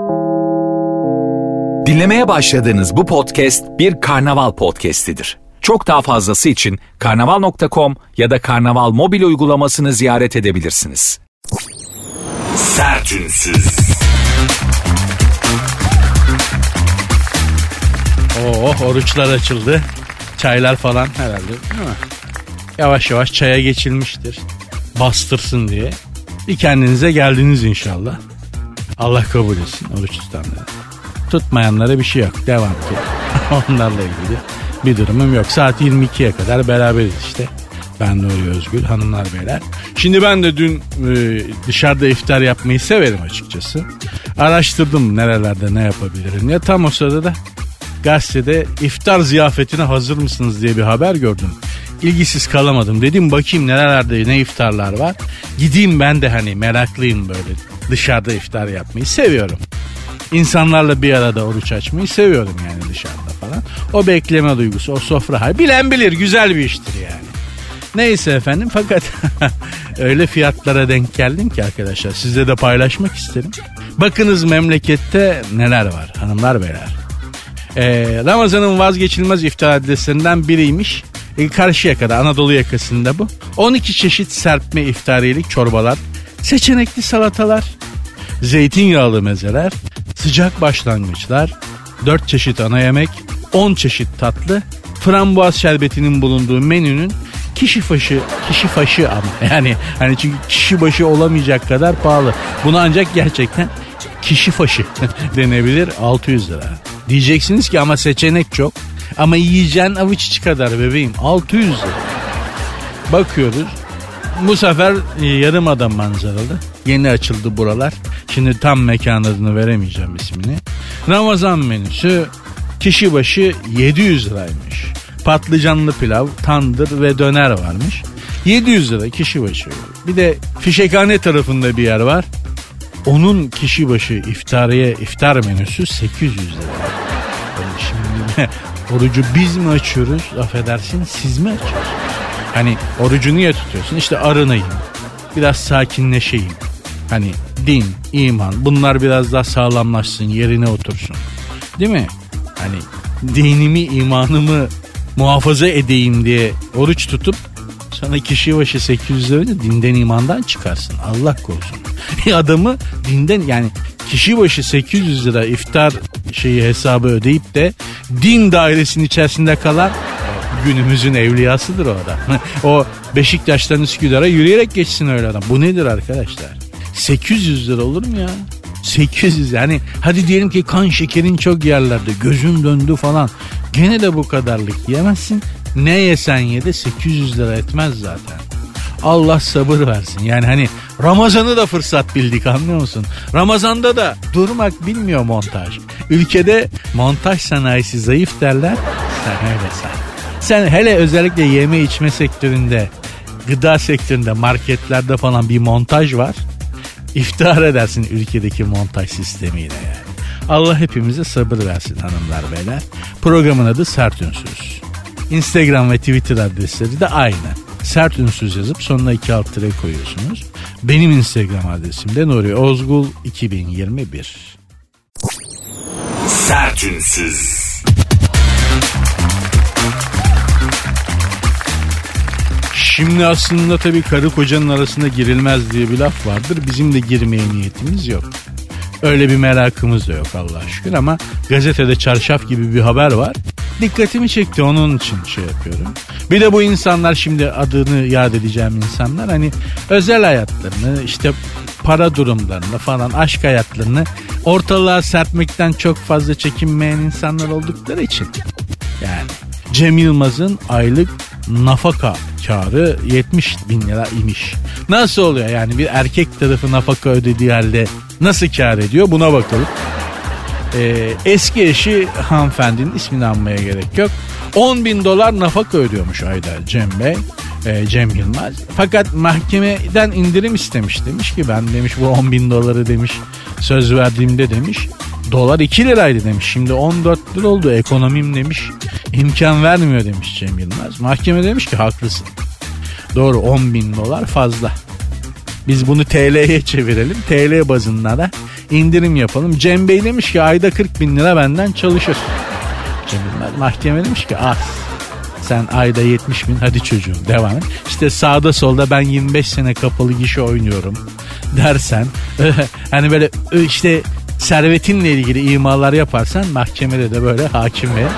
Dinlemeye başladığınız bu podcast bir karnaval podcastidir. Çok daha fazlası için karnaval.com ya da karnaval mobil uygulamasını ziyaret edebilirsiniz. Sertünsüz. Oruçlar açıldı. Çaylar falan herhalde, değil mi? Yavaş yavaş çaya geçilmiştir. Bastırsın diye. Bir kendinize geldiniz inşallah. Allah kabul etsin oruç tutanlara. Tutmayanlara bir şey yok. Devam ki. Onlarla ilgili bir durumum yok. Saat 22'ye kadar beraberiz işte. Ben Nuri Özgül, hanımlar beyler. Şimdi ben de dün dışarıda iftar yapmayı severim açıkçası. Araştırdım nerelerde ne yapabilirim diye. Tam o sırada da gazetede iftar ziyafetine hazır mısınız diye bir haber gördüm. İlgisiz kalamadım. Dedim bakayım nerelerde ne iftarlar var. Gideyim ben de hani meraklıyım böyle. Dışarıda iftar yapmayı seviyorum. İnsanlarla bir arada oruç açmayı seviyorum yani dışarıda falan. O bekleme duygusu, o sofra hali. Bilen bilir, güzel bir iştir yani. Neyse efendim, fakat öyle fiyatlara denk geldim ki arkadaşlar, sizle de paylaşmak isterim. Bakınız memlekette neler var hanımlar beyler. Ramazan'ın vazgeçilmez iftar adreslerinden biriymiş. Karşıyaka'da, Anadolu yakasında bu. 12 çeşit serpme iftariyelik çorbalar, seçenekli salatalar, zeytinyağlı mezeler, sıcak başlangıçlar, 4 çeşit ana yemek, 10 çeşit tatlı, frambuaz şerbetinin bulunduğu menünün kişi başı ama yani hani çünkü kişi başı olamayacak kadar pahalı. Buna ancak gerçekten kişi başı denebilir, 600 lira. Diyeceksiniz ki ama seçenek çok. Ama yiyeceğin avuç içi kadar bebeğim, 600 lira. Bakıyoruz. Bu sefer Yarımada manzaralı. Yeni açıldı buralar. Şimdi tam mekan adını veremeyeceğim ismini. Ramazan menüsü kişi başı 700 liraymış. Patlıcanlı pilav, tandır ve döner varmış. 700 lira kişi başı. Bir de Fişekhane tarafında bir yer var. Onun kişi başı iftar menüsü 800 lira. Şimdi orucu biz mi açıyoruz? Affedersin, siz mi açıyorsunuz? Hani orucu niye tutuyorsun? İşte arınayım. Biraz sakinleşeyim. Hani din, iman, bunlar biraz daha sağlamlaşsın, yerine otursun. Değil mi? Hani dinimi, imanımı muhafaza edeyim diye oruç tutup sana kişi başı 800 lira dinden, imandan çıkarsın. Allah korusun. Adamı dinden, yani kişi başı 800 lira iftar hesabı ödeyip de din dairesinin içerisinde kalan günümüzün evliyasıdır o adam. O Beşiktaş'tan Üsküdar'a yürüyerek geçsin öyle adam. Bu nedir arkadaşlar? 800 lira olur mu ya? 800, yani hadi diyelim ki kan şekerin çok yerlerde, gözün döndü falan. Gene de bu kadarlık yemezsin. Ne yesen ye de 800 lira etmez zaten. Allah sabır versin. Yani hani Ramazan'ı da fırsat bildik, anlıyor musun? Ramazan'da da durmak bilmiyor montaj. Ülkede montaj sanayisi zayıf derler. Sen öyle say. Sen hele özellikle yeme içme sektöründe, gıda sektöründe, marketlerde falan bir montaj var. İftihar edersin ülkedeki montaj sistemiyle yani. Allah hepimize sabır versin hanımlar beyler. Programın adı Sertünsüz. Instagram ve Twitter adresleri de aynı. Sertünsüz yazıp sonuna 2 alt tire koyuyorsunuz. Benim Instagram adresim de Nuri Ozgul 2021. Sertünsüz. Şimdi aslında tabii karı kocanın arasında girilmez diye bir laf vardır. Bizim de girmeye niyetimiz yok. Öyle bir merakımız da yok Allah'a şükür, ama gazetede çarşaf gibi bir haber var. Dikkatimi çekti, onun için yapıyorum. Bir de bu insanlar, şimdi adını yad edeceğim insanlar, hani özel hayatlarını, işte para durumlarını falan, aşk hayatlarını ortalığa serpmekten çok fazla çekinmeyen insanlar oldukları için. Yani Cem Yılmaz'ın aylık nafaka karı 70 bin lira imiş. Nasıl oluyor yani, bir erkek tarafı nafaka ödediği halde nasıl kar ediyor, buna bakalım. Eski eşi hanımefendinin ismini anmaya gerek yok. 10 bin dolar nafaka ödüyormuş ayda Cem Bey, Cem Yılmaz. Fakat mahkemeden indirim istemiş, demiş ki ben demiş bu 10 bin doları demiş söz verdiğimde demiş dolar 2 liraydı demiş, şimdi 14 lira oldu, ekonomim demiş imkan vermiyor demiş Cem Yılmaz. Mahkeme demiş ki haklısın, doğru, 10 bin dolar fazla, biz bunu TL'ye çevirelim, TL bazında da indirim yapalım. Cem Bey demiş ki ayda 40 bin lira benden çalışır. Cem Yılmaz mahkeme demiş ki az. Sen ayda 70 bin, hadi çocuğum devam et. İşte sağda solda ben 25 sene kapalı gişe oynuyorum dersen hani böyle işte servetinle ilgili imalar yaparsan mahkemede de böyle hakim ve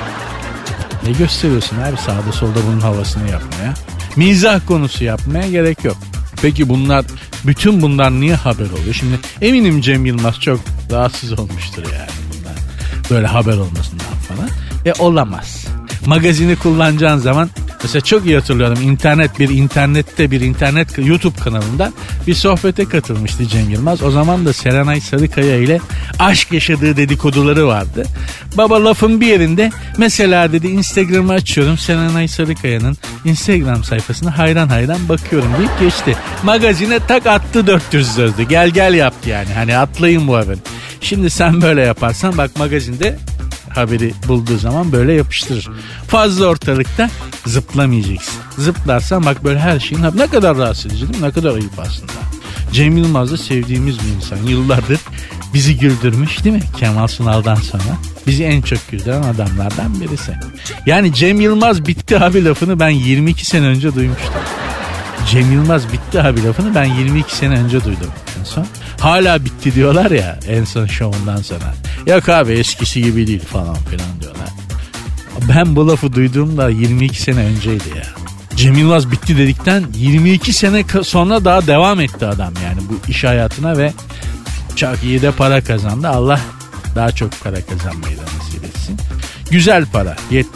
ne gösteriyorsun abi, sağda solda bunun havasını yapmaya, mizah konusu yapmaya gerek yok. Peki bütün bunlar niye haber oluyor? Şimdi eminim Cem Yılmaz çok rahatsız olmuştur yani bundan, böyle haber olmasından falan. Olamaz. Magazini kullanacağın zaman mesela çok iyi hatırlıyorum, internette bir internet YouTube kanalında bir sohbete katılmıştı Cem Yılmaz. O zaman da Serenay Sarıkaya ile aşk yaşadığı dedikoduları vardı. Baba lafın bir yerinde mesela dedi Instagram'ı açıyorum, Serenay Sarıkaya'nın Instagram sayfasına hayran hayran bakıyorum deyip geçti. Magazine tak attı 400 sözlü. Gel yaptı yani, hani atlayın bu haberi. Şimdi sen böyle yaparsan bak, magazinde haberi bulduğu zaman böyle yapıştırır. Fazla ortalıkta zıplamayacaksın. Zıplarsan bak böyle her şeyin ne kadar rahatsız edici değil mi? Ne kadar ayıp aslında. Cem Yılmaz da sevdiğimiz bir insan. Yıllardır bizi güldürmüş değil mi? Kemal Sunal'dan sonra bizi en çok güldüren adamlardan birisi. Yani Cem Yılmaz bitti abi lafını ben 22 sene önce duymuştum. Cem Yılmaz bitti abi lafını ben 22 sene önce duydum en son. Hala bitti diyorlar ya en son şovundan sonra. Yok abi eskisi gibi değil falan filan diyorlar. Ben bu lafı duyduğumda 22 sene önceydi ya. Cem Yılmaz bitti dedikten 22 sene sonra daha devam etti adam yani bu iş hayatına ve çok iyi de para kazandı. Allah daha çok para kazanmayı da nasip etsin. Güzel para,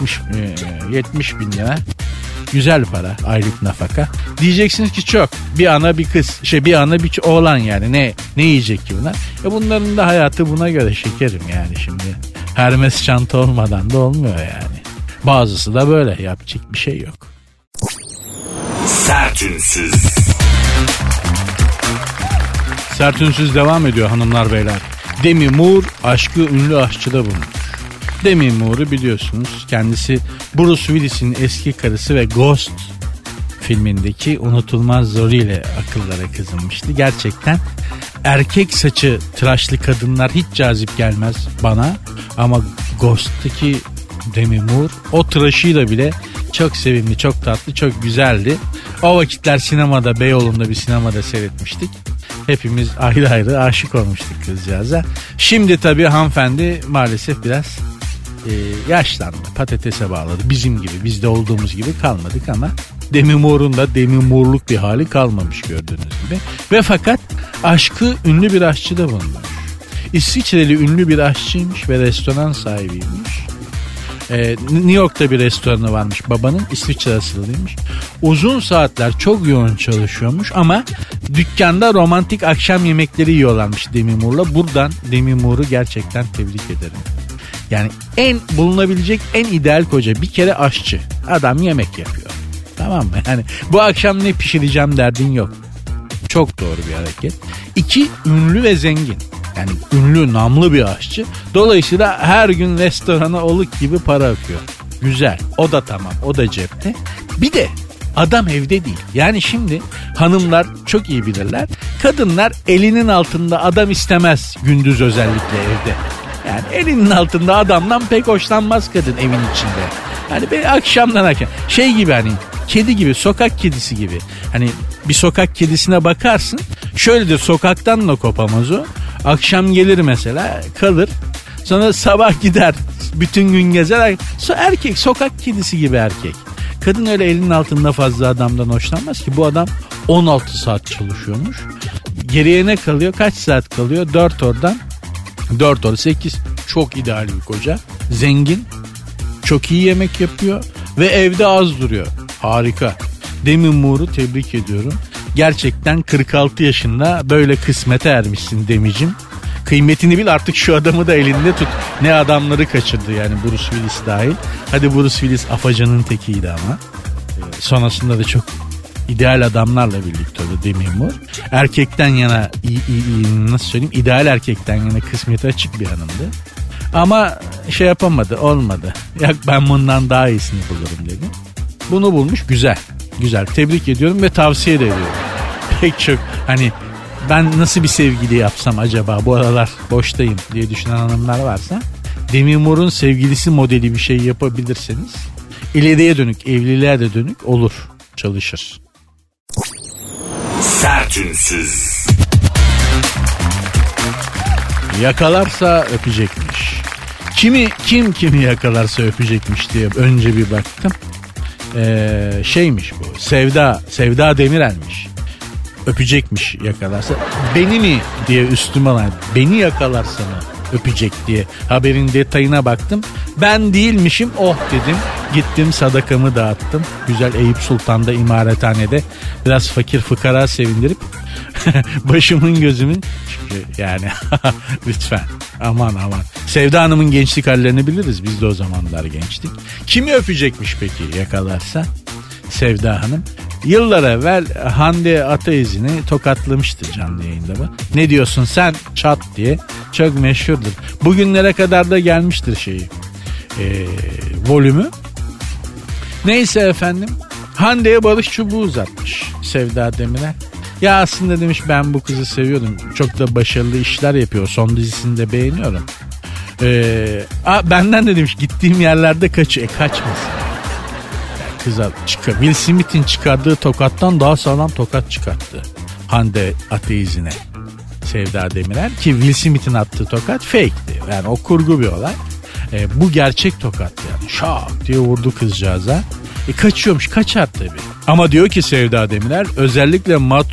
70 bin lira. Güzel para, aylık nafaka. Diyeceksiniz ki çok. Bir ana bir kız, bir ana bir oğlan yani. Ne yiyecek ki bunlar? Bunların da hayatı buna göre şekerim yani şimdi. Hermes çanta olmadan da olmuyor yani. Bazısı da böyle, yapacak bir şey yok. Sertünsüz. Sertünsüz devam ediyor hanımlar beyler. Demi Moore aşkı ünlü aşçıda bulunmuş. Demi Moore'u biliyorsunuz. Kendisi Bruce Willis'in eski karısı ve Ghost filmindeki unutulmaz rolüyle akıllara kazınmıştı. Gerçekten erkek saçı tıraşlı kadınlar hiç cazip gelmez bana. Ama Ghost'taki Demi Moore o tıraşıyla bile çok sevimli, çok tatlı, çok güzeldi. O vakitler sinemada, Beyoğlu'nda bir sinemada seyretmiştik. Hepimiz ayrı ayrı aşık olmuştuk kızcağıza. Şimdi tabii hanımefendi maalesef biraz yaşlandı, patatese bağladı. Bizim gibi, bizde olduğumuz gibi kalmadık ama Demi Moore'un da Demi Moore'luk bir hali kalmamış gördüğünüz gibi. Ve fakat aşkı ünlü bir aşçıda bulunmuş. İsviçreli ünlü bir aşçıymış ve restoran sahibiymiş. New York'ta bir restoranı varmış babanın, İsviçre asıllıymış. Uzun saatler çok yoğun çalışıyormuş ama dükkanda romantik akşam yemekleri yiyorlarmış Demi Moore'la. Buradan Demi Moore'u gerçekten tebrik ederim. Yani bulunabilecek en ideal koca, bir kere aşçı. Adam yemek yapıyor. Tamam mı? Yani bu akşam ne pişireceğim derdin yok. Çok doğru bir hareket. 2, ünlü ve zengin. Yani ünlü, namlı bir aşçı. Dolayısıyla her gün restorana oluk gibi para akıyor. Güzel. O da tamam. O da cepte. Bir de adam evde değil. Yani şimdi hanımlar çok iyi bilirler. Kadınlar elinin altında adam istemez, gündüz özellikle evde. Yani elinin altında adamdan pek hoşlanmaz kadın evin içinde. Hani bir akşamdan akşam. Gibi hani kedi gibi, sokak kedisi gibi. Hani bir sokak kedisine bakarsın. Şöyledir, sokaktan da kopamaz o. Akşam gelir mesela, kalır. Sonra sabah gider. Bütün gün gezer. Erkek, sokak kedisi gibi erkek. Kadın öyle elinin altında fazla adamdan hoşlanmaz ki. Bu adam 16 saat çalışıyormuş. Geriye ne kalıyor? Kaç saat kalıyor? 4 oradan. 4 or 8. Çok ideal bir koca. Zengin. Çok iyi yemek yapıyor. Ve evde az duruyor. Harika. Demi Moore'u tebrik ediyorum. Gerçekten 46 yaşında böyle kısmete ermişsin Demicim. Kıymetini bil, artık şu adamı da elinde tut. Ne adamları kaçırdı yani, Bruce Willis dahil. Hadi Bruce Willis afacanın tekiydi ama. Sonrasında da çok ideal adamlarla birlikte oldu Demi Moore. Erkekten yana nasıl söyleyeyim, ideal erkekten yana kısmeti açık bir hanımdı. Ama yapamadı, olmadı. Ya ben bundan daha iyisini bulurum dedi. Bunu bulmuş, güzel. Güzel, tebrik ediyorum ve tavsiye de ediyorum. Pek çok hani ben nasıl bir sevgili yapsam acaba, bu aralar boştayım diye düşünen hanımlar varsa Demi Moore'un sevgilisi modeli bir şey yapabilirseniz ileriye dönük, evliliğe de dönük olur, çalışır. Sertünsüz. Yakalarsa öpecekmiş. Kimi yakalarsa öpecekmiş diye önce bir baktım. Şeymiş bu, Sevda Demirel'miş. Öpecekmiş yakalarsa. Beni mi diye üstüme alan, beni yakalarsa mı öpecek diye haberin detayına baktım. Ben değilmişim, oh dedim. Gittim sadakamı dağıttım. Güzel Eyüp Sultan'da imarethanede biraz fakir fıkara sevindirip başımın gözümün, çünkü yani lütfen aman. Sevda Hanım'ın gençlik hallerini biliriz, biz de o zamanlar gençtik. Kimi öpecekmiş peki yakalarsa? Sevda Hanım yıllar evvel Hande Ataiz'ini tokatlamıştı canlı yayında bu. Ne diyorsun sen çat diye, çok meşhurdur. Bugünlere kadar da gelmiştir volümü. Neyse efendim, Hande'ye barış çubuğu uzatmış Sevda Demirel. Ya aslında demiş, ben bu kızı seviyordum. Çok da başarılı işler yapıyor. Son dizisini de beğeniyorum. Benden de demiş, gittiğim yerlerde kaçıyor. Kaçmasın. Kıza Will Smith'in çıkardığı tokattan daha sağlam tokat çıkarttı Hande Ataiz'ine Sevda Demirel, ki Will Smith'in attığı tokat fake'ti. Yani o kurgu bir olay. Bu gerçek tokat yani. Şak diye vurdu kızcağıza. Kaçıyormuş, kaçar tabii. Ama diyor ki Sevda Demirel, özellikle mat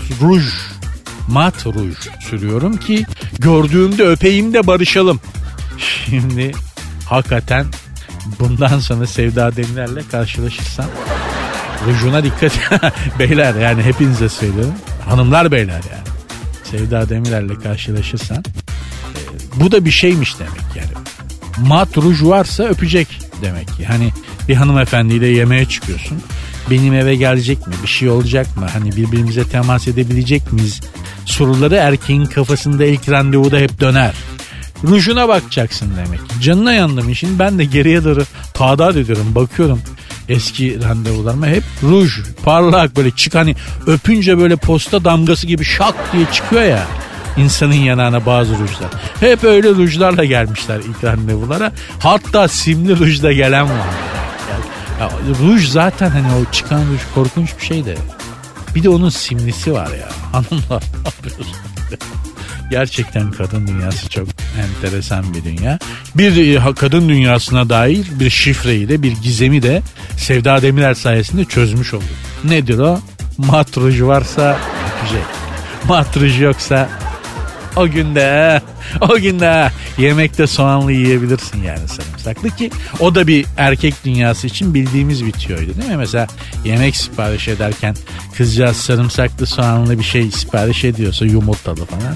ruj sürüyorum ki gördüğümde öpeyim de barışalım. Şimdi hakikaten bundan sonra Sevda Demirel'le karşılaşırsam rujuna dikkat beyler, yani hepinize söylüyorum. Hanımlar beyler yani. Sevda Demirel'le karşılaşırsan bu da bir şeymiş demek yani. Mat ruj varsa öpecek demek ki. Hani bir hanımefendiyle yemeğe çıkıyorsun. Benim eve gelecek mi? Bir şey olacak mı? Hani birbirimize temas edebilecek miyiz? Soruları erkeğin kafasında ilk randevuda hep döner. Rujuna bakacaksın demek. Canına yandım işin. Ben de geriye doğru tadat ediyorum. Bakıyorum eski randevularıma, hep ruj, parlak böyle hani öpünce böyle posta damgası gibi şak diye çıkıyor ya insanın yanağına bazı rujlar. Hep öyle rujlarla gelmişler ilk randevulara. Hatta simli rujla gelen var. Ya, ruj zaten hani o çıkan ruj korkunç bir şey de. Bir de onun simlisi var ya. Hanımlar ne yapıyorsun? Gerçekten kadın dünyası çok enteresan bir dünya. Bir kadın dünyasına dair bir şifreyi de, bir gizemi de Sevda Demirel sayesinde çözmüş olduk. Nedir o? Mat ruj varsa öpecek. Mat ruj yoksa o günde yemekte soğanlı yiyebilirsin yani, sarımsaklı, ki o da bir erkek dünyası için bildiğimiz bir tüyoydu değil mi? Mesela yemek sipariş ederken kızcağız sarımsaklı soğanlı bir şey sipariş ediyorsa, yumurtalı falan,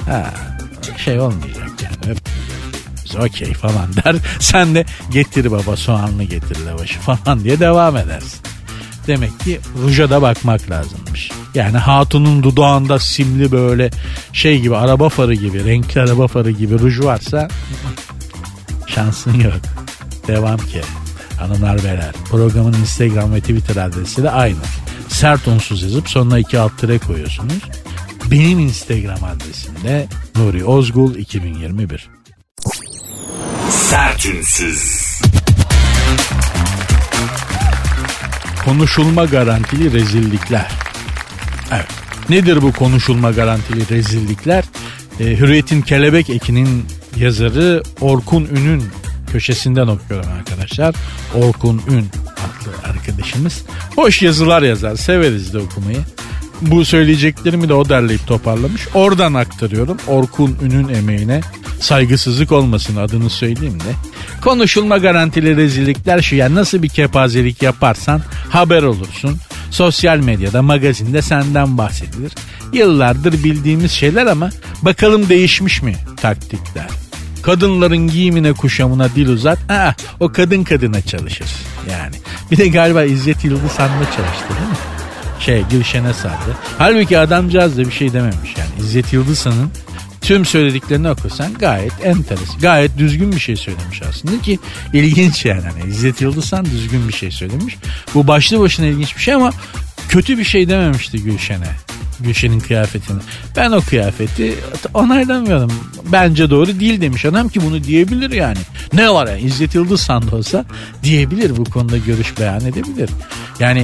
şey olmayacak yani, okey falan der. Sen de getir baba soğanlı, getir lavaşı falan diye devam edersin. Demek ki ruja da bakmak lazımmış. Yani hatunun dudağında simli böyle şey gibi, araba farı gibi, renkli araba farı gibi ruj varsa şansın yok. Devam ki. Hanımlar beyler, programın Instagram ve Twitter adresi de aynı. Sert unsuz yazıp sonuna 2 alt tire koyuyorsunuz. Benim Instagram adresim de Nuri Ozgul 2021. Sertünsüz. Konuşulma garantili rezillikler. Evet. Nedir bu konuşulma garantili rezillikler? Hürriyet'in Kelebek Eki'nin yazarı Orkun Ün'ün köşesinden okuyorum arkadaşlar. Orkun Ün adlı arkadaşımız hoş yazılar yazar. Severiz de okumayı. Bu söyleyeceklerimi de o derleyip toparlamış. Oradan aktarıyorum. Orkun Ün'ün emeğine saygısızlık olmasın, adını söyleyeyim de. Konuşulma garantili rezillikler şu, yani nasıl bir kepazelik yaparsan haber olursun. Sosyal medyada, magazinde senden bahsedilir. Yıllardır bildiğimiz şeyler ama bakalım değişmiş mi taktikler? Kadınların giyimine kuşamına dil uzat. O kadın kadına çalışır yani. Bir de galiba İzzet Yıldızhan'la çalıştı değil mi? Gülşen'e sardı. Halbuki adamcağız da bir şey dememiş yani. İzzet Yıldızhan'ın tüm söylediklerini okursan gayet enteresan, gayet düzgün bir şey söylemiş aslında, ki ilginç yani. Hani İzzet Yıldızhan düzgün bir şey söylemiş. Bu başlı başına ilginç bir şey ama kötü bir şey dememişti Gülşen'e. Gülşen'in kıyafetini. Ben o kıyafeti onaylamıyorum. Bence doğru değil demiş adam ki bunu diyebilir yani. Ne var yani İzzet Yıldızhan da olsa diyebilir, bu konuda görüş beyan edebilir. Yani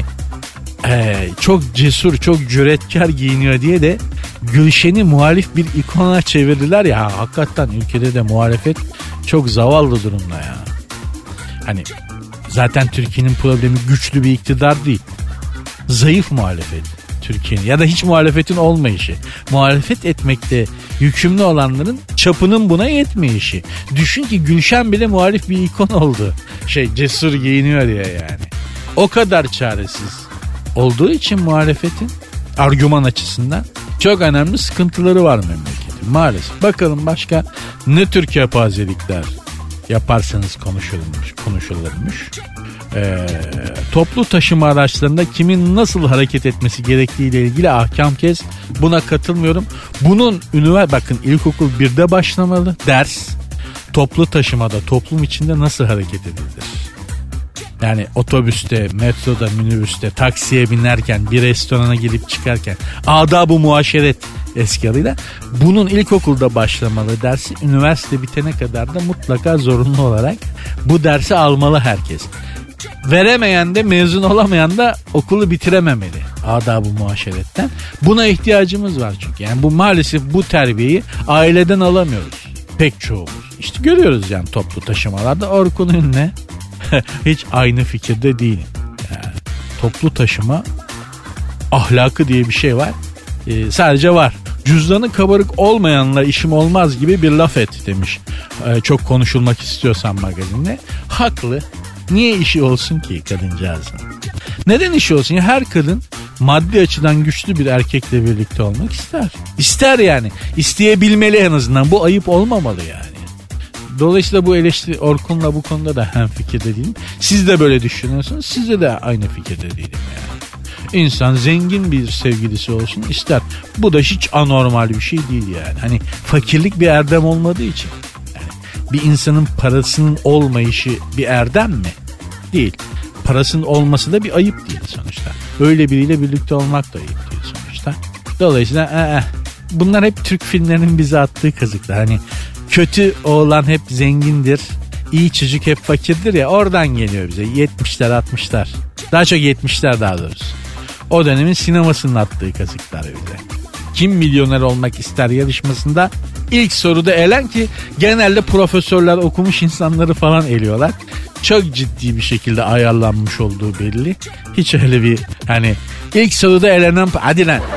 çok cesur, çok cüretkar giyiniyor diye de Gülşen'i muhalif bir ikona çevirdiler ya. Hakikaten ülkede de muhalefet çok zavallı durumda ya. Hani zaten Türkiye'nin problemi güçlü bir iktidar değil. Zayıf muhalefet Türkiye'nin, ya da hiç muhalefetin olmayışı. Muhalefet etmekte yükümlü olanların çapının buna yetmeyişi. Düşün ki Gülşen bile muhalif bir ikon oldu. Cesur giyiniyor diye yani. O kadar çaresiz olduğu için muhalefetin argüman açısından çok önemli sıkıntıları var memleketin maalesef. Bakalım başka ne tür kepazelikler yaparsanız konuşulurmuş. Toplu taşıma araçlarında kimin nasıl hareket etmesi gerektiği ile ilgili ahkam kez, buna katılmıyorum. Bunun bakın ilkokul 1'de başlamalı ders. Toplu taşımada toplum içinde nasıl hareket edilir? Yani otobüste, metroda, minibüste, taksiye binerken, bir restorana girip çıkarken, adab-ı muaşeret eski adıyla, bunun ilkokulda başlamalı dersi, üniversite bitene kadar da mutlaka zorunlu olarak bu dersi almalı herkes. Veremeyen de, mezun olamayan da okulu bitirememeli adab-ı muaşeretten. Buna ihtiyacımız var çünkü. Yani bu maalesef bu terbiyeyi aileden alamıyoruz pek çoğumuz. İşte görüyoruz yani toplu taşımalarda Orkun Ünlü hiç aynı fikirde değilim. Yani toplu taşıma ahlakı diye bir şey var. Sadece var. Cüzdanı kabarık olmayanla işim olmaz gibi bir laf et demiş. Çok konuşulmak istiyorsan magazinde. Haklı. Niye işi olsun ki kadıncağızın? Neden işi olsun? Her kadın maddi açıdan güçlü bir erkekle birlikte olmak ister. İster yani. İsteyebilmeli en azından. Bu ayıp olmamalı yani. Dolayısıyla bu eleştiri Orkun'la bu konuda da hemfikirde değilim. Siz de böyle düşünüyorsunuz. Sizde de aynı fikirde değilim yani. İnsan zengin bir sevgilisi olsun ister. Bu da hiç anormal bir şey değil yani. Hani fakirlik bir erdem olmadığı için. Yani bir insanın parasının olmayışı bir erdem mi? Değil. Parasının olması da bir ayıp değil sonuçta. Öyle biriyle birlikte olmak da ayıp değil sonuçta. Dolayısıyla bunlar hep Türk filmlerinin bize attığı kazıklar. Hani kötü oğlan hep zengindir, iyi çocuk hep fakirdir ya, oradan geliyor bize 70'ler 60'lar. Daha çok 70'ler daha doğrusu. O dönemin sinemasının attığı kazıklar bize. Kim milyoner olmak ister yarışmasında ilk soruda elen, ki genelde profesörler, okumuş insanları falan eliyorlar. Çok ciddi bir şekilde ayarlanmış olduğu belli. Hiç öyle bir hani ilk soruda elenen hadi lan.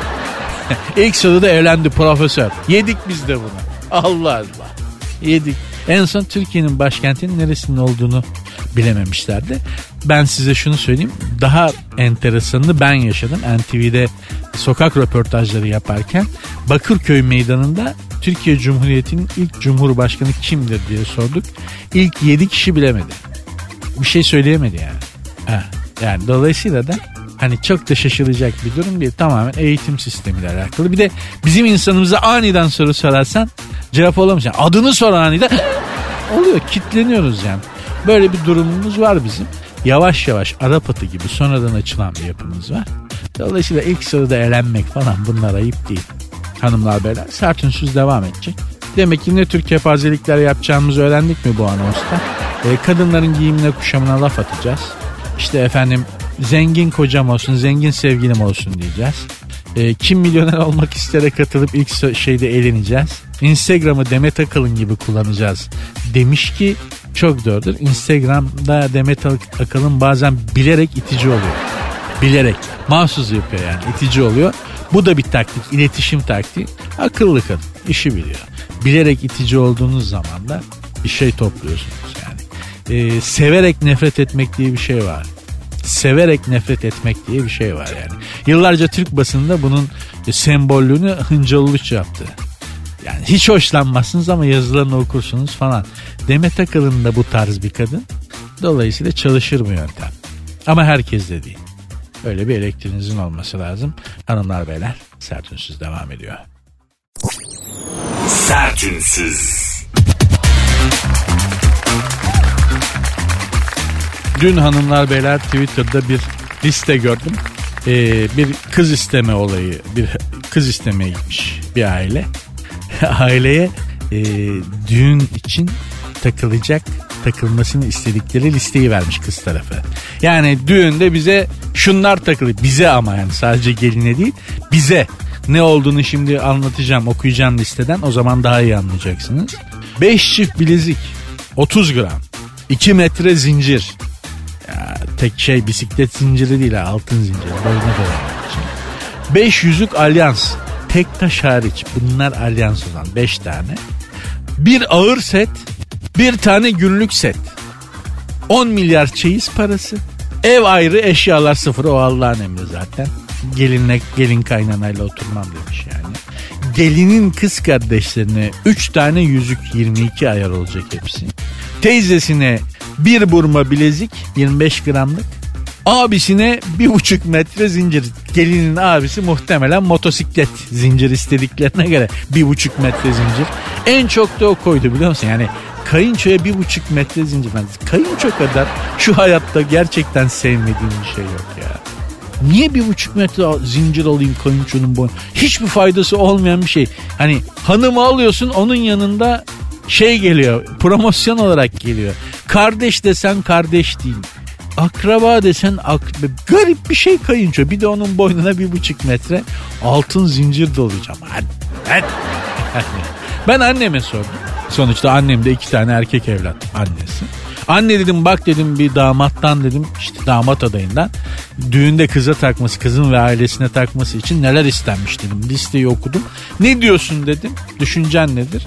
İlk soruda elendi profesör. Yedik biz de bunu. Allah Allah. Yedik. En son Türkiye'nin başkentinin neresinin olduğunu bilememişlerdi. Ben size şunu söyleyeyim. Daha enteresanını ben yaşadım. NTV'de sokak röportajları yaparken Bakırköy Meydanı'nda Türkiye Cumhuriyeti'nin ilk Cumhurbaşkanı kimdir diye sorduk. İlk 7 kişi bilemedi. Bir şey söyleyemedi yani. Yani dolayısıyla da hani çok da şaşıracak bir durum değil. Tamamen eğitim sistemiyle alakalı. Bir de bizim insanımıza aniden soru sorarsan cevap olamayacak. Adını sor aniden oluyor. Kitleniyoruz yani. Böyle bir durumumuz var bizim. Yavaş yavaş Arap atı gibi sonradan açılan bir yapımız var. Dolayısıyla ilk soruda elenmek falan bunlar ayıp değil. Hanımlar beyler, sert ünsüz devam edecek. Demek ki ne tür kepazelikler yapacağımızı öğrendik mi bu anonsta? Kadınların giyimine kuşamına laf atacağız. İşte efendim zengin kocam olsun, zengin sevgilim olsun diyeceğiz. Kim milyoner olmak istere katılıp ilk şeyde eğleneceğiz. Instagram'ı Demet Akalın gibi kullanacağız demiş ki çok doğrudur. Instagram'da Demet Akalın bazen bilerek itici oluyor. Bilerek. Mahsus yapıyor yani. İtici oluyor. Bu da bir taktik. İletişim taktiği. Akıllı kadın. İşi biliyor. Bilerek itici olduğunuz zaman da bir şey topluyorsunuz yani. Severek nefret etmek diye bir şey var. Severek nefret etmek diye bir şey var yani. Yıllarca Türk basınında bunun sembollüğünü Hıncal Uluç yaptı. Yani hiç hoşlanmazsınız ama yazılarını okursunuz falan. Demet Akalın da bu tarz bir kadın. Dolayısıyla çalışır bu yöntem. Ama herkes de değil. Öyle bir elektriğinizin olması lazım. Hanımlar beyler, Sert Ünsüz devam ediyor. Sert Ünsüz. Dün hanımlar beyler Twitter'da bir liste gördüm. Bir kız isteme olayı, bir kız istemeye gitmiş bir aile. Aileye düğün için takılmasını istedikleri listeyi vermiş kız tarafı. Yani düğünde bize şunlar takılı. Bize ama yani sadece geline değil, bize. Ne olduğunu şimdi anlatacağım, okuyacağım listeden. O zaman daha iyi anlayacaksınız. 5 çift bilezik, 30 gram, 2 metre zincir. Ya, tek bisiklet zinciri değil ha, altın zinciri. Boyuna dolanmak için. 5 yüzük alyans. Tek taş hariç. Bunlar alyans olan 5 tane. Bir ağır set. Bir tane günlük set. 10 milyar çeyiz parası. Ev ayrı, eşyalar sıfır. O Allah'ın emri zaten. Gelin kaynanayla oturmam demiş yani. Gelinin kız kardeşlerine 3 tane yüzük, 22 ayar olacak hepsi. Teyzesine bir burma bilezik 25 gramlık. Abisine 1,5 metre zincir. Gelinin abisi muhtemelen motosiklet zincir istediklerine göre 1,5 metre zincir. En çok da o koydu biliyor musun? Yani kayınçoya 1,5 metre zincir. Kayınço kadar şu hayatta gerçekten sevmediğim bir şey yok ya. Niye 1,5 metre zincir alayım kayınçonun boyuna? Hiçbir faydası olmayan bir şey. Hani hanımı alıyorsun, onun yanında geliyor, promosyon olarak geliyor. Kardeş desen kardeş değil. Akraba desen garip bir şey kayınço. Bir de onun boynuna 1,5 metre altın zincir dolayacağım. Hadi. Ben anneme sordum. Sonuçta annem de 2 tane erkek evlat annesi. Anne dedim, bak dedim, bir damattan dedim, işte damat adayından düğünde kıza takması, kızın ve ailesine takması için neler istenmiş dedim. Listeyi okudum. Ne diyorsun dedim. Düşüncen nedir?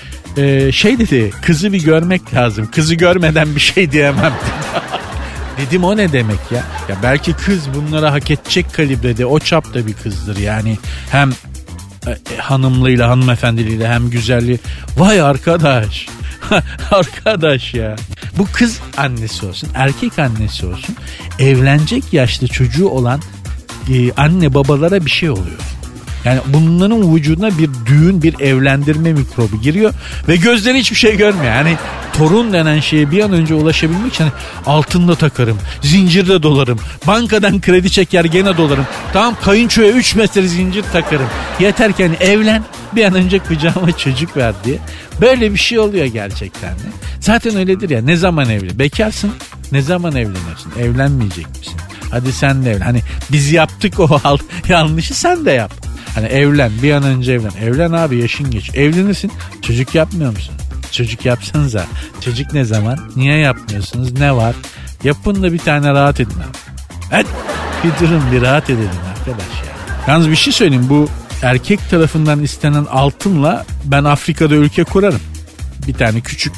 Dedi, kızı bir görmek lazım. Kızı görmeden bir şey diyemem dedi. Dedim o ne demek ya? Ya belki kız bunlara hak edecek kalibrede, o çapta bir kızdır yani. Hem hanımlığıyla, hanımefendiliğiyle, hem güzelliği. Vay arkadaş. Arkadaş ya. Bu kız annesi olsun, erkek annesi olsun, evlenecek yaşta çocuğu olan anne babalara bir şey oluyor. Yani bunların vücuduna bir düğün, bir evlendirme mikrobu giriyor ve gözleri hiçbir şey görmüyor. Yani torun denen şeye bir an önce ulaşabilmek için altın da takarım, zincir de dolarım, bankadan kredi çeker gene dolarım. Tamam, kayınçoya 3 metre zincir takarım. Yeter ki hani evlen, bir an önce kucağıma çocuk ver diye. Böyle bir şey oluyor gerçekten de. Zaten öyledir ya, ne zaman evli? Bekarsın, ne zaman evlenirsin? Evlenmeyecek misin? Hadi sen de evlen. Hani biz yaptık o yanlışı, sen de yap. Hani evlen, bir an önce evlen. Evlen abi, yaşın geç. Evlenirsin, çocuk yapmıyor musun? Çocuk yapsanıza. Çocuk ne zaman? Niye yapmıyorsunuz? Ne var? Yapın da bir tane rahat edin abi. Hadi bir durun, bir rahat edelim arkadaş ya. Yalnız bir şey söyleyeyim, bu erkek tarafından istenen altınla ben Afrika'da ülke kurarım. Bir tane küçük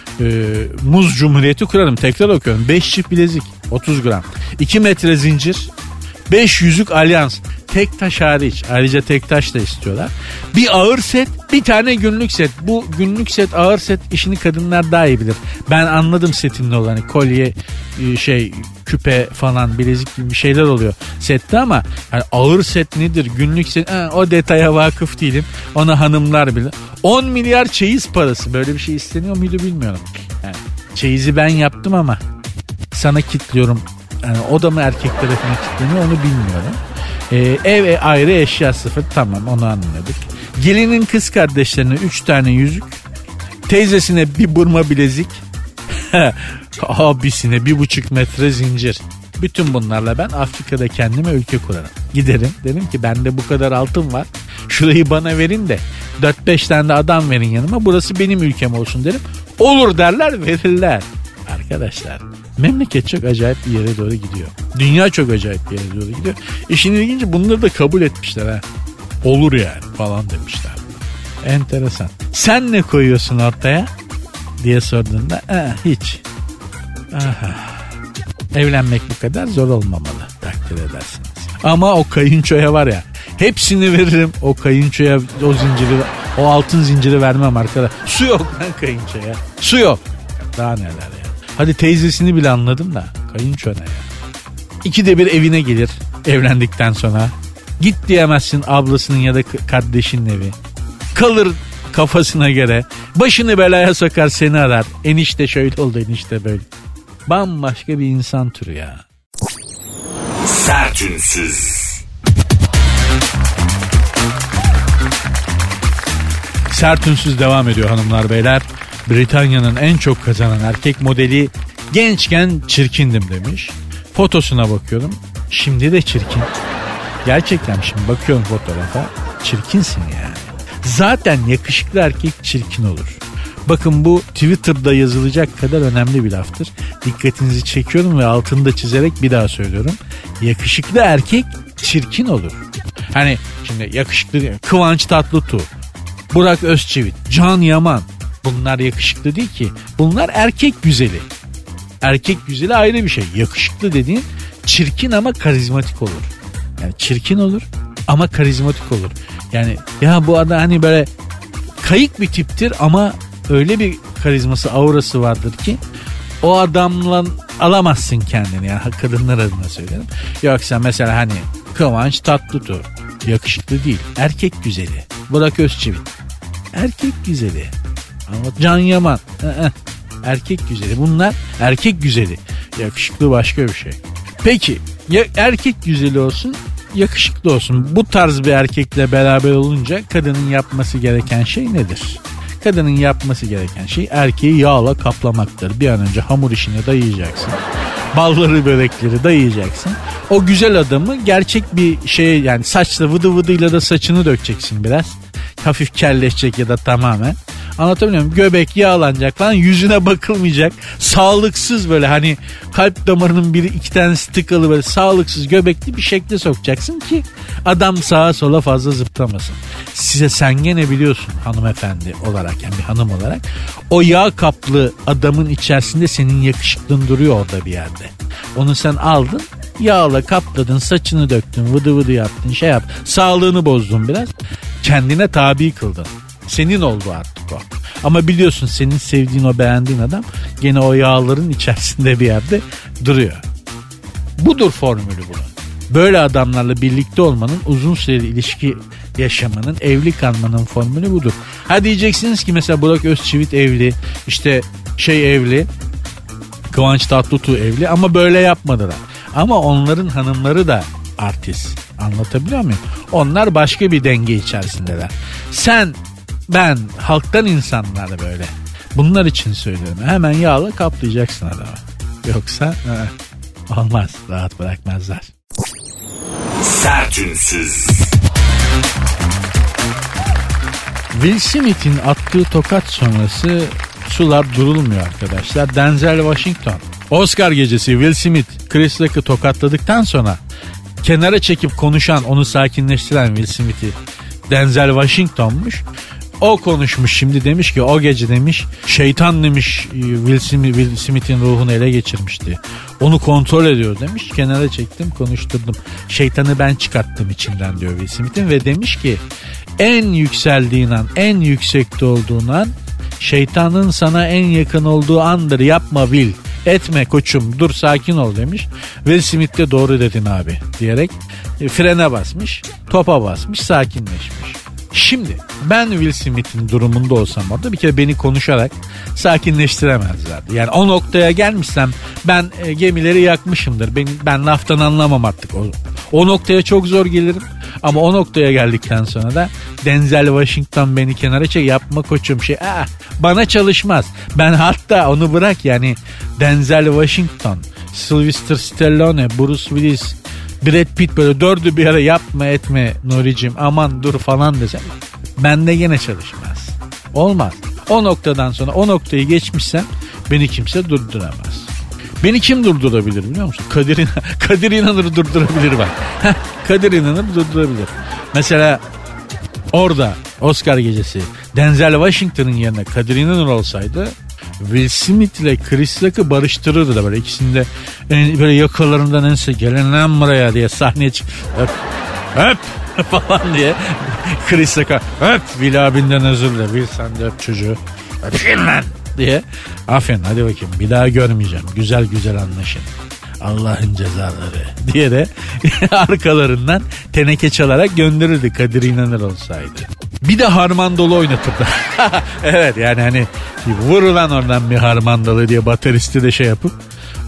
muz cumhuriyeti kurarım. Tekrar okuyorum. 5 çift bilezik 30 gram. 2 metre zincir. 5 yüzük alyans. Tek taş hariç. Ayrıca tek taş da istiyorlar. Bir ağır set, bir tane günlük set. Bu günlük set, ağır set işini kadınlar daha iyi bilir. Ben anladım setin ne olanı. Kolye, küpe falan, bilezik gibi bir şeyler oluyor sette ama yani ağır set nedir, günlük set, o detaya vakıf değilim. Onu hanımlar bilir. 10 milyar çeyiz parası. Böyle bir şey isteniyor muydu bilmiyorum. Yani çeyizi ben yaptım ama sana kilitliyorum. Yani o da mı erkek tarafına kilitleniyor onu bilmiyorum. Ev ayrı, eşya sıfır, tamam, onu anladık. Gelinin kız kardeşlerine 3 tane yüzük, teyzesine bir burma bilezik, abisine 1,5 metre zincir. Bütün bunlarla ben Afrika'da kendime ülke kurarım. Giderim, derim ki bende bu kadar altın var, şurayı bana verin de 4-5 tane de adam verin yanıma, burası benim ülkem olsun derim. Olur derler, verirler. Arkadaşlar, memleket çok acayip bir yere doğru gidiyor. Dünya çok acayip bir yere doğru gidiyor. İşin ilginci, bunları da kabul etmişler ha. Olur yani falan demişler. Enteresan. Sen ne koyuyorsun ortaya diye sorduğunda hiç. Aha. Evlenmek bu kadar zor olmamalı, takdir edersiniz. Ama o kayınçoya var ya, hepsini veririm. O kayınçoya o zinciri, o altın zinciri vermem arkadaş. Su yok lan kayınçoya. Su yok. Daha neler ya. Hadi teyzesini bile anladım da kayınço ne ya. 2'de bir evine gelir evlendikten sonra. Git diyemezsin ablasının ya da kardeşinin evi. Kalır kafasına göre. Başını belaya sokar, seni arar. Enişte şöyle oldu, enişte böyle. Bambaşka bir insan türü ya. Sertünsüz. Sert Ünsüz devam ediyor hanımlar beyler. Britanya'nın en çok kazanan erkek modeli gençken çirkindim demiş. Fotosuna bakıyorum. Şimdi de çirkin. Gerçekten şimdi bakıyorum fotoğrafa. Çirkinsin yani. Zaten yakışıklı erkek çirkin olur. Bakın bu Twitter'da yazılacak kadar önemli bir laftır. Dikkatinizi çekiyorum ve altını da çizerek bir daha söylüyorum. Yakışıklı erkek çirkin olur. Hani şimdi yakışıklı değil mi? Kıvanç Tatlıtuğ, Burak Özçivit, Can Yaman. Bunlar yakışıklı değil ki. Bunlar erkek güzeli. Erkek güzeli ayrı bir şey. Yakışıklı dediğin çirkin ama karizmatik olur. Yani çirkin olur ama karizmatik olur. Yani ya bu adam hani böyle kayık bir tiptir ama öyle bir karizması, aurası vardır ki o adamla alamazsın kendini. Yani kadınlar adına söylerim. Yoksa mesela hani Kıvanç Tatlıtuğ yakışıklı değil. Erkek güzeli. Burak Özçivit erkek güzeli. Can Yaman erkek güzeli. Bunlar erkek güzeli. Yakışıklı başka bir şey. Peki ya erkek güzeli olsun, yakışıklı olsun. Bu tarz bir erkekle beraber olunca kadının yapması gereken şey nedir? Kadının yapması gereken şey erkeği yağla kaplamaktır. Bir an önce hamur işine dayayacaksın. Balları börekleri dayayacaksın. O güzel adamı gerçek bir şey, yani saçla vıdı vıdıyla da saçını dökeceksin biraz. Hafif kelleşecek ya da tamamen. Anlatabiliyor muyum? Göbek yağlanacak falan, yüzüne bakılmayacak. Sağlıksız böyle hani kalp damarının biri iki tanesi tıkalı böyle sağlıksız göbekli bir şekle sokacaksın ki adam sağa sola fazla zıplamasın. Size sen gene biliyorsun hanımefendi olarak, yani bir hanım olarak, o yağ kaplı adamın içerisinde senin yakışıklığın duruyor orada bir yerde. Onu sen aldın, yağla kapladın, saçını döktün, vıdı vıdı yaptın, şey yap, sağlığını bozdun biraz, kendine tabi kıldın. Senin oldu artık o. Ama biliyorsun senin sevdiğin, o beğendiğin adam gene o yağların içerisinde bir yerde duruyor. Budur formülü bunun. Böyle adamlarla birlikte olmanın, uzun süreli ilişki yaşamanın, evli kalmanın formülü budur. Ha diyeceksiniz ki mesela Burak Özçivit evli, işte evli, Kıvanç Tatlıtuğ evli ama böyle yapmadılar. Ama onların hanımları da artist. Anlatabiliyor muyum? Onlar başka bir denge içerisindeler. Sen, ben, halktan insanlar da böyle. Bunlar için söylüyorum. Hemen yağla kaplayacaksın adamı. Yoksa olmaz. Rahat bırakmazlar. Sertünsüz. Will Smith'in attığı tokat sonrası sular durulmuyor arkadaşlar. Denzel Washington Oscar gecesi Will Smith Chris Rock'ı tokatladıktan sonra kenara çekip konuşan, onu sakinleştiren Will Smith'i Denzel Washington'muş. O konuşmuş şimdi, demiş ki o gece demiş şeytan demiş Will Smith'in ruhunu ele geçirmişti. Onu kontrol ediyor demiş. Kenara çektim, konuşturdum. Şeytanı ben çıkarttım içinden diyor Will Smith'in ve demiş ki en yükseldiğin an, en yüksekte olduğun an şeytanın sana en yakın olduğu andır. Yapma Will. Etme koçum, dur sakin ol demiş. Will Smith de doğru dedin abi diyerek frene basmış, topa basmış, sakinleşmiş. Şimdi ben Will Smith'in durumunda olsam orada bir kere beni konuşarak sakinleştiremezlerdi. Yani o noktaya gelmişsem ben gemileri yakmışımdır. Ben laftan anlamam artık. O noktaya çok zor gelirim. Ama o noktaya geldikten sonra da Denzel Washington beni kenara çek, yapma koçum bana çalışmaz. Ben hatta onu bırak, yani Denzel Washington, Sylvester Stallone, Bruce Willis, Brad Pitt böyle dördü bir ara yapma etme Nuri'cim aman dur falan desem bende gene çalışmaz. Olmaz. O noktadan sonra, o noktayı geçmişsem beni kimse durduramaz. Beni kim durdurabilir biliyor musun? Kadir İnanır durdurabilir bak. Kadir İnanır durdurabilir. Mesela orada Oscar gecesi Denzel Washington'ın yerine Kadir İnanır olsaydı Will Smith ile Chris Rock'ı barıştırırdı da böyle ikisini de böyle yakalarından ense gelin lan buraya diye sahneye çık. Öp falan diye Chris Rock'a öp Will abinden özür dile. Will sen de öp çocuğu. Öpeyim lan diye. Aferin hadi bakayım bir daha görmeyeceğim. Güzel güzel anlaşın. Allah'ın cezaları diye de arkalarından teneke çalarak gönderirdi Kadir İnanır olsaydı. Bir de harmandalı oynatırdı. Evet yani hani vur lan oradan bir harmandalı diye bateristi de şey yapıp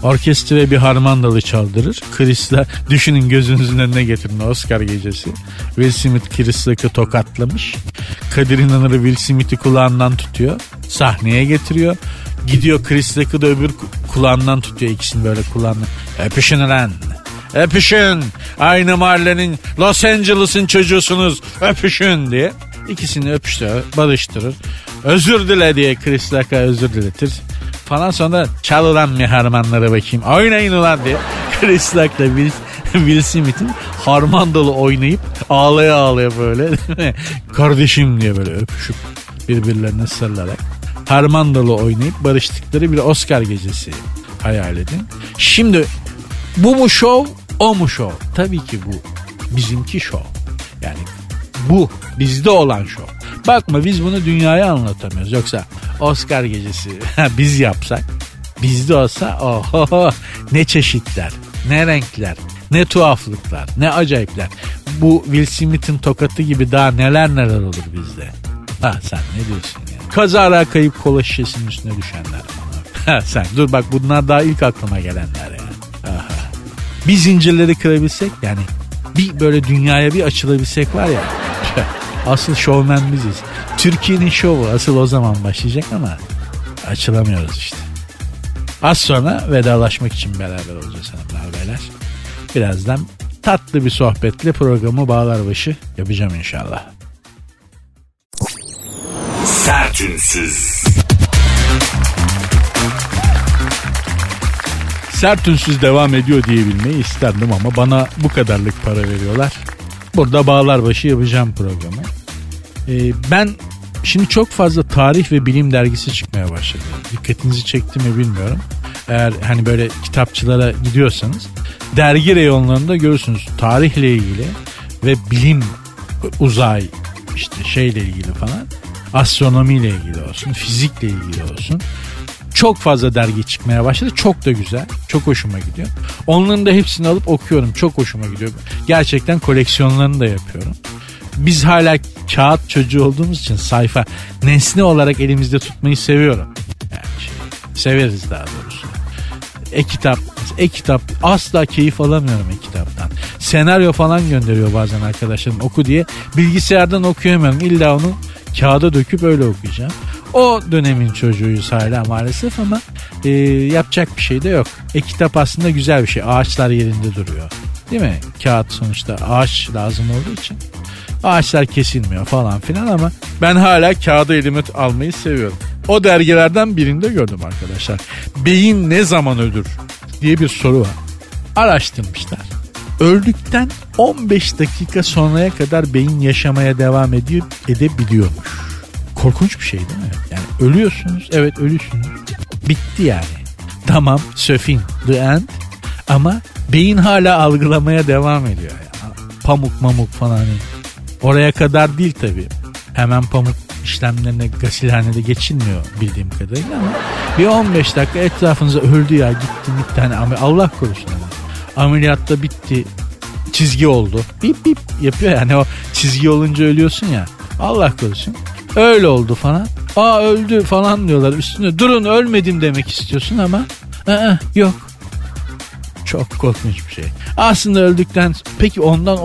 Orkestraya bir harmandalı çaldırır. Chris'le düşünün, gözünüzün önüne getirin, Oscar gecesi. Will Smith Chris Rock'ı tokatlamış. Kadir İnanır'ı Will Smith'i kulağından tutuyor. Sahneye getiriyor. Gidiyor Chris Rock'ı da öbür kulağından tutuyor. İkisini böyle kulağından. Öpüşün lan. Öpüşün. Aynı mahallenin, Los Angeles'ın çocuğusunuz. Öpüşün diye. İkisini öpüştürür, barıştırır. Özür dile diye Chris Rock'a özür diletir. Falan, sonra çal ulan bir harmanlara bakayım. Oynayın ulan diye. Chris Rock'la Will Smith'in harmandalı oynayıp ağlaya ağlaya böyle kardeşim diye böyle öpüşüp birbirlerine sarılarak harmandalı oynayıp barıştıkları bir Oscar gecesi hayal edin. Şimdi bu mu şov, o mu şov? Tabii ki bu bizimki şov. Yani bu bizde olan şov. Bakma, biz bunu dünyaya anlatamıyoruz. Yoksa Oscar gecesi biz yapsak, bizde olsa oho, ne çeşitler, ne renkler, ne tuhaflıklar, ne acayipler. Bu Will Smith'in tokatı gibi daha neler olur bizde. Ha sen ne diyorsun ya? Kazara kayıp kola şişesinin üstüne düşenler. Ha sen dur bak, bunlar daha ilk aklıma gelenler ya. Aha. Bir zincirleri kırabilsek, yani bir böyle dünyaya bir açılabilsek var ya. Asıl şovmen biziz. Türkiye'nin şovu asıl o zaman başlayacak ama açılamıyoruz işte. Az sonra vedalaşmak için beraber olacağız hanımlar beyler. Birazdan tatlı bir sohbetle programı bağlar başı yapacağım inşallah. Sertünsüz. Sertünsüz devam ediyor diyebilmeyi isterdim ama bana bu kadarlık para veriyorlar. Burada bağlar başı yapacağım programı. Ben şimdi çok fazla tarih ve bilim dergisi çıkmaya başladı. Dikkatinizi çekti mi bilmiyorum. Eğer hani böyle kitapçılara gidiyorsanız dergi reyonlarında görürsünüz tarihle ilgili ve bilim, uzay, işte şeyle ilgili falan, astronomiyle ilgili olsun, fizikle ilgili olsun. Çok fazla dergi çıkmaya başladı. Çok da güzel. Çok hoşuma gidiyor. Onların da hepsini alıp okuyorum. Çok hoşuma gidiyor. Gerçekten koleksiyonlarını da yapıyorum. Biz hala kağıt çocuğu olduğumuz için sayfa, nesne olarak elimizde tutmayı seviyorum. Yani severiz daha doğrusu. E-kitap asla keyif alamıyorum e-kitaptan. Senaryo falan gönderiyor bazen arkadaşlarım, oku diye. Bilgisayardan okuyamıyorum. İlla onu kağıda döküp öyle okuyacağım. O dönemin çocuğuyuz hala maalesef ama yapacak bir şey de yok. E-kitap aslında güzel bir şey. Ağaçlar yerinde duruyor. Değil mi? Kağıt sonuçta ağaç lazım olduğu için. Ağaçlar kesilmiyor falan filan ama ben hala kağıdı elime almayı seviyorum. O dergilerden birinde gördüm arkadaşlar. Beyin ne zaman ölür diye bir soru var. Araştırmışlar. Öldükten 15 dakika sonraya kadar beyin yaşamaya devam edebiliyormuş. Korkunç bir şey değil mi? Yani ölüyorsunuz, evet ölüsünüz. Bitti yani. Tamam, söfin, the end. Ama beyin hala algılamaya devam ediyor. Yani. Pamuk falan. Hani. Oraya kadar değil tabii. Hemen pamuk işlemlerine gasilhanede geçilmiyor bildiğim kadarıyla ama bir 15 dakika etrafınıza öldü ya, gitti hani Allah korusun. Ameliyatta bitti, çizgi oldu. Bip bip yapıyor yani, o çizgi olunca ölüyorsun ya. Allah korusun. Öyle oldu falan. Öldü falan diyorlar üstüne. Durun, ölmedim demek istiyorsun ama yok. Çok korkunç bir şey. Aslında öldükten peki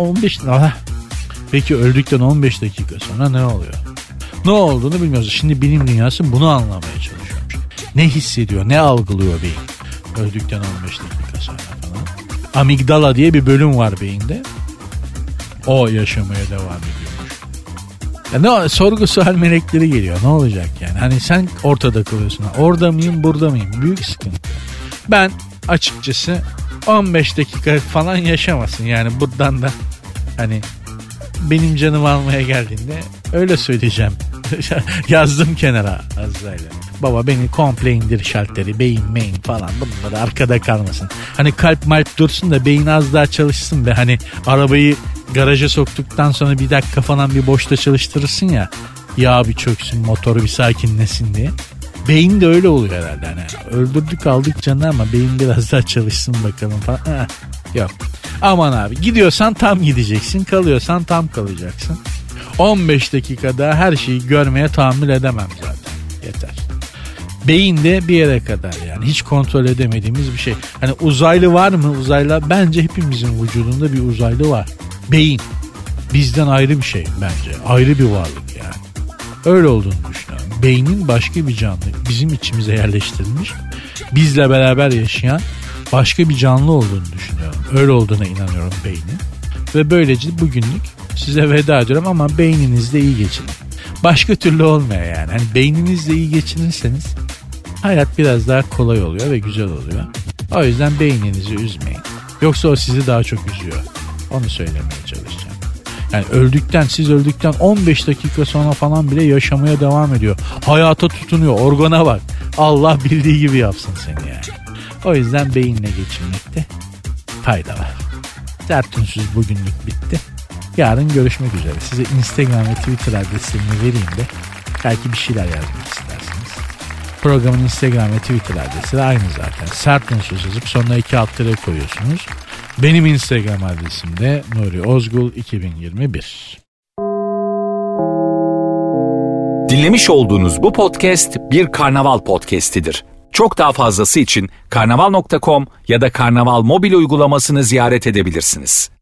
öldükten 15 dakika sonra ne oluyor? Ne olduğunu bilmiyoruz. Şimdi bilim dünyası bunu anlamaya çalışıyormuş. Ne hissediyor, ne algılıyor beyin öldükten 15 dakika sonra falan. Amigdala diye bir bölüm var beyinde. O yaşamaya devam ediyormuş. Ya sorgu sual melekleri geliyor. Ne olacak yani? Hani sen ortada kalıyorsun. Orada mıyım, burada mıyım? Büyük sıkıntı. Ben açıkçası 15 dakika falan yaşamasın. Yani buradan da hani benim canımı almaya geldiğinde öyle söyleyeceğim. Yazdım kenara Azrail'e. Baba beni komple indir şalteri, beyin falan, bunları arkada kalmasın. Hani kalp malp dursun da beyin az daha çalışsın be. Hani arabayı garaja soktuktan sonra bir dakika falan bir boşta çalıştırırsın ya. Yağ bir çöksün, motoru bir sakinlesin diye. Beyin de öyle oluyor herhalde. Hani öldürdük aldık canını ama beyin biraz daha çalışsın bakalım falan. Yok. Aman abi, gidiyorsan tam gideceksin, kalıyorsan tam kalacaksın. 15 dakikada her şeyi görmeye tahammül edemem zaten. Yeter. Beyin de bir yere kadar yani. Hiç kontrol edemediğimiz bir şey. Hani uzaylı var mı? Uzaylı bence hepimizin vücudunda bir uzaylı var. Beyin. Bizden ayrı bir şey bence. Ayrı bir varlık yani. Öyle olduğunu düşünüyorum. Beynin başka bir canlı bizim içimize yerleştirilmiş. Bizle beraber yaşayan başka bir canlı olduğunu düşünüyorum. Öyle olduğuna inanıyorum beynin. Ve böylece bugünlük size veda ediyorum ama beyninizle iyi geçinin. Başka türlü olmuyor yani. Hani beyninizle iyi geçinirseniz hayat biraz daha kolay oluyor ve güzel oluyor. O yüzden beyninizi üzmeyin. Yoksa o sizi daha çok üzüyor. Onu söylemeye çalışacağım. Yani siz öldükten 15 dakika sonra falan bile yaşamaya devam ediyor. Hayata tutunuyor. Organa bak. Allah bildiği gibi yapsın seni yani. O yüzden beyinle geçinmekte fayda var. Sert Unsuz bugünlük bitti. Yarın görüşmek üzere. Size Instagram ve Twitter adreslerini vereyim de belki bir şeyler yazmak istersiniz. Programın Instagram ve Twitter adresi de aynı zaten. Sert Unsuz yazıp sonuna 2 alt tere koyuyorsunuz. Benim Instagram adresim de Nuri Ozgul 2021. Dinlemiş olduğunuz bu podcast bir Karnaval podcastidir. Çok daha fazlası için karnaval.com ya da Karnaval mobil uygulamasını ziyaret edebilirsiniz.